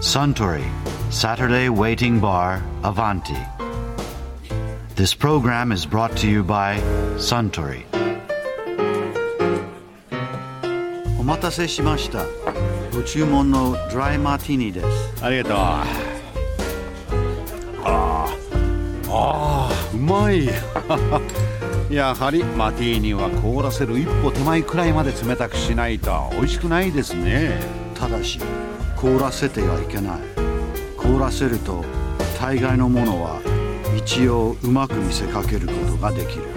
Suntory Saturday Waiting Bar Avanti. This program is brought to you by Suntory. お待たせしました。ご注文のドライマーティーニです。 ありがとう。うまい。やはりマティーニは凍らせる一歩手前くらいまで冷たくしないと美味しくないですね。 ただし凍らせてはいけない。凍らせると大概のものは一応うまく見せかけることができる。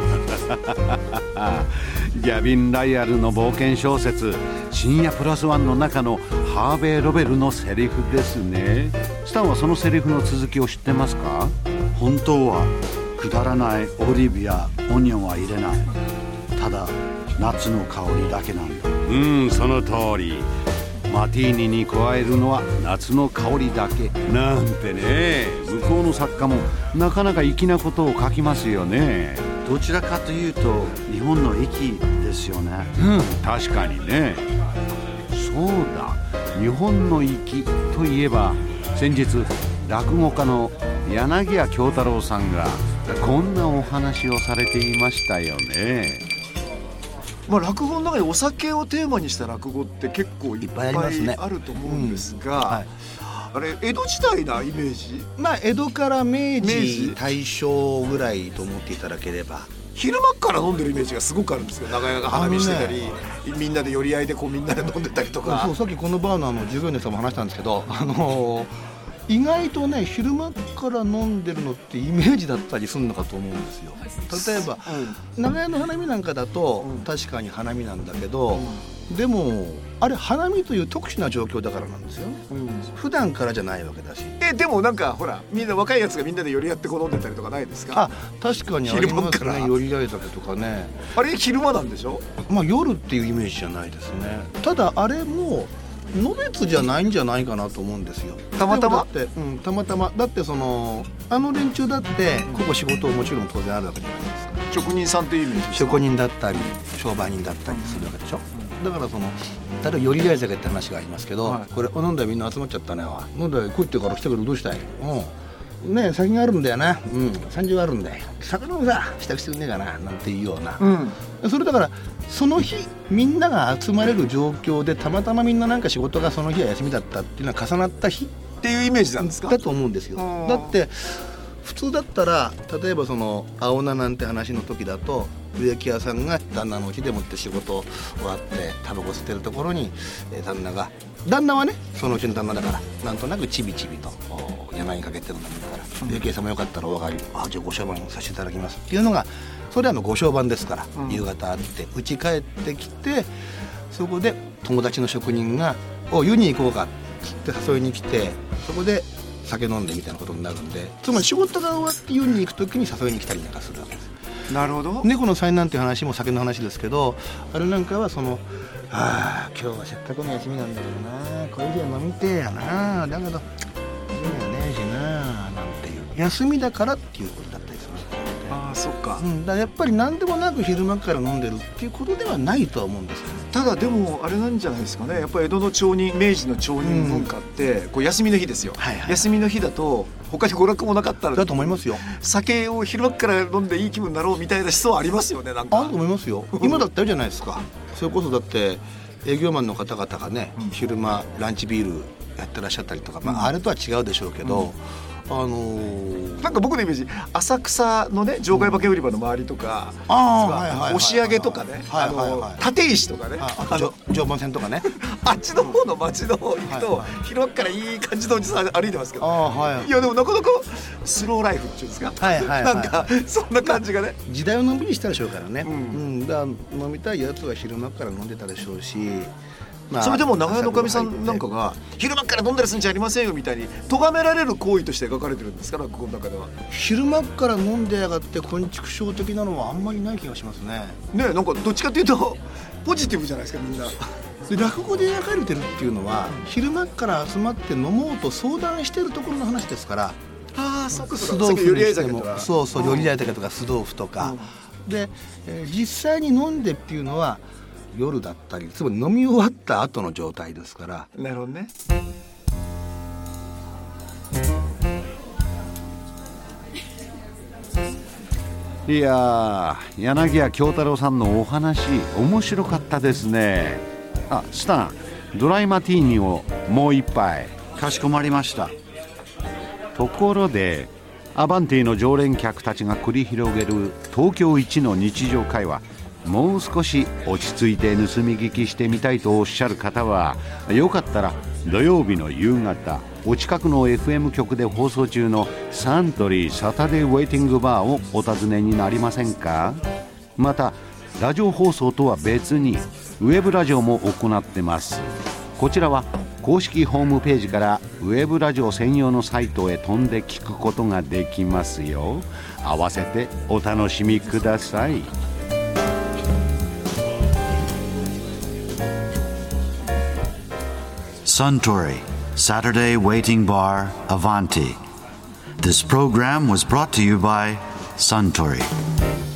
ギャビン・ライアルの冒険小説深夜プラスワンの中のハーベイ・ロベルのセリフですね。スタンはそのセリフの続きを知ってますか？ 本当はくだらないオリーブやオニオンは入れない。ただ夏の香りだけなんだ。 その通り。マティーニに加えるのは夏の香りだけなんてね。向こうの作家もなかなか粋なことを書きますよね。 どちらかというと日本の粋ですよね。 確かにね。そうだ、日本の粋といえば先日落語家の柳家京太郎さんがこんなお話をされていましたよね。 落語の中でお酒をテーマにした落語って結構いっぱいあると思うんですが、あれ江戸時代なイメージ？ 江戸から明治大正ぐらいと思っていただければ。 昼間から飲んでるイメージがすごくあるんですよ。長屋が花見してたり、みんなで寄り合いでみんなで飲んでたりとか。 さっきこのバーの従業員の人も話したんですけど、意外とね昼間から飲んでるのってイメージだったりするのかと思うんですよ。例えば、長屋の花見なんかだと、確かに花見なんだけど、でもあれ花見という特殊な状況だからなんですよ、普段からじゃないわけだし。 でもなんかほらみんな若いやつがみんなで寄り合って飲んでたりとかないですか？ 確かにありますね。寄り合い酒とかね。 あれ昼間なんでしょ？ 夜っていうイメージじゃないですね。ただあれものべつじゃないんじゃないかなと思うんですよ。 たまたま？ たまたま。だって連中だってここ仕事もちろん当然あるわけじゃないですか。 職人さんっていうイメージですか？ 職人だったり商売人だったりするわけでしょ。だから例えば寄り合い酒って話がありますけど、これ飲んだらみんな集まっちゃったね。飲んだら来いってから来たけどどうしたい？ねえ先があるんだよな。30あるんだよ。魚もさ支度してくんねえかななんていうような、それだからその日みんなが集まれる状況でたまたまみんななんか仕事がその日は休みだったっていうのは重なった日っていうイメージなんですか？ だと思うんですよ。だって普通だったら例えば青菜なんて話の時だと植木屋さんが旦那の家でもって仕事終わってタバコ吸ってるところに、旦那はねそのうちの旦那だからなんとなくちびちびと山にかけてるんだから植木屋さんもよかったらお分かりじゃあご商売させていただきますっていうのがそれはご商売ですから、夕方あって家帰ってきてそこで友達の職人が湯に行こうかって誘いに来てそこで酒飲んでみたいなことになるんで、つまり仕事が終わって湯に行く時に誘いに来たりなんかするわけです。 なるほど。 猫の災難っていう話も酒の話ですけど、あれなんかは今日はせっかくの休みなんだけどな、これじゃ飲みてえやな、だけど休みはねえしななんていう休みだからっていうことだったりする。 そっか。 だからやっぱり何でもなく昼間から飲んでるっていうことではないとは思うんですよね。 ただでもあれなんじゃないですかね。やっぱり江戸の町人、明治の町人文化って、休みの日ですよ、休みの日だと他に娯楽もなかったらだと思いますよ。 酒を昼間から飲んでいい気分になろうみたいな思想ありますよね。なんかあると思いますよ。今だったらじゃないですか。それこそだって営業マンの方々がね、昼間ランチビールやってらっしゃったりとか、あれとは違うでしょうけど、 なんか僕のイメージ浅草のね場外馬券売り場の周りとか、押し上げとかね、立石とかね、 常磐線とかねあっちの方の街の方行くと、昼間からいい感じのおじさん歩いてますけど、いやでもなかなかスローライフっていうんですか、なんかそんな感じがね、 時代をのんびりしたでしょうからね。だから飲みたいやつは昼間から飲んでたでしょうし、 それでも長屋のかみさんなんかが昼間から飲んだりするんじゃありませんよみたいに咎められる行為として描かれてるんですから、ここの中では。 昼間から飲んでやがって昆虫症的なのはあんまりない気がしますね。 なんかどっちかというとポジティブじゃないですか、みんな。 落語で描かれてるっていうのは、昼間から集まって飲もうと相談してるところの話ですから。 酢豆腐にしても、 寄り合い酒とか酢豆腐とか、で、実際に飲んでっていうのは夜だったり、つまり飲み終わった後の状態ですから。 なるほどね。 いやー、柳家京太郎さんのお話面白かったですね。あ、スタン、ドライマティーニをもう一杯。 かしこまりました。 ところでアバンティの常連客たちが繰り広げる東京一の日常会話、もう少し落ち着いて盗み聞きしてみたいとおっしゃる方は、よかったら土曜日の夕方お近くの FM 局で放送中のサントリーサタデーウェイティングバーをお尋ねになりませんか。またラジオ放送とは別にウェブラジオも行ってます。こちらは公式ホームページからウェブラジオ専用のサイトへ飛んで聞くことができますよ。合わせてお楽しみください。 Suntory Saturday Waiting Bar Avanti. This program was brought to you by Suntory.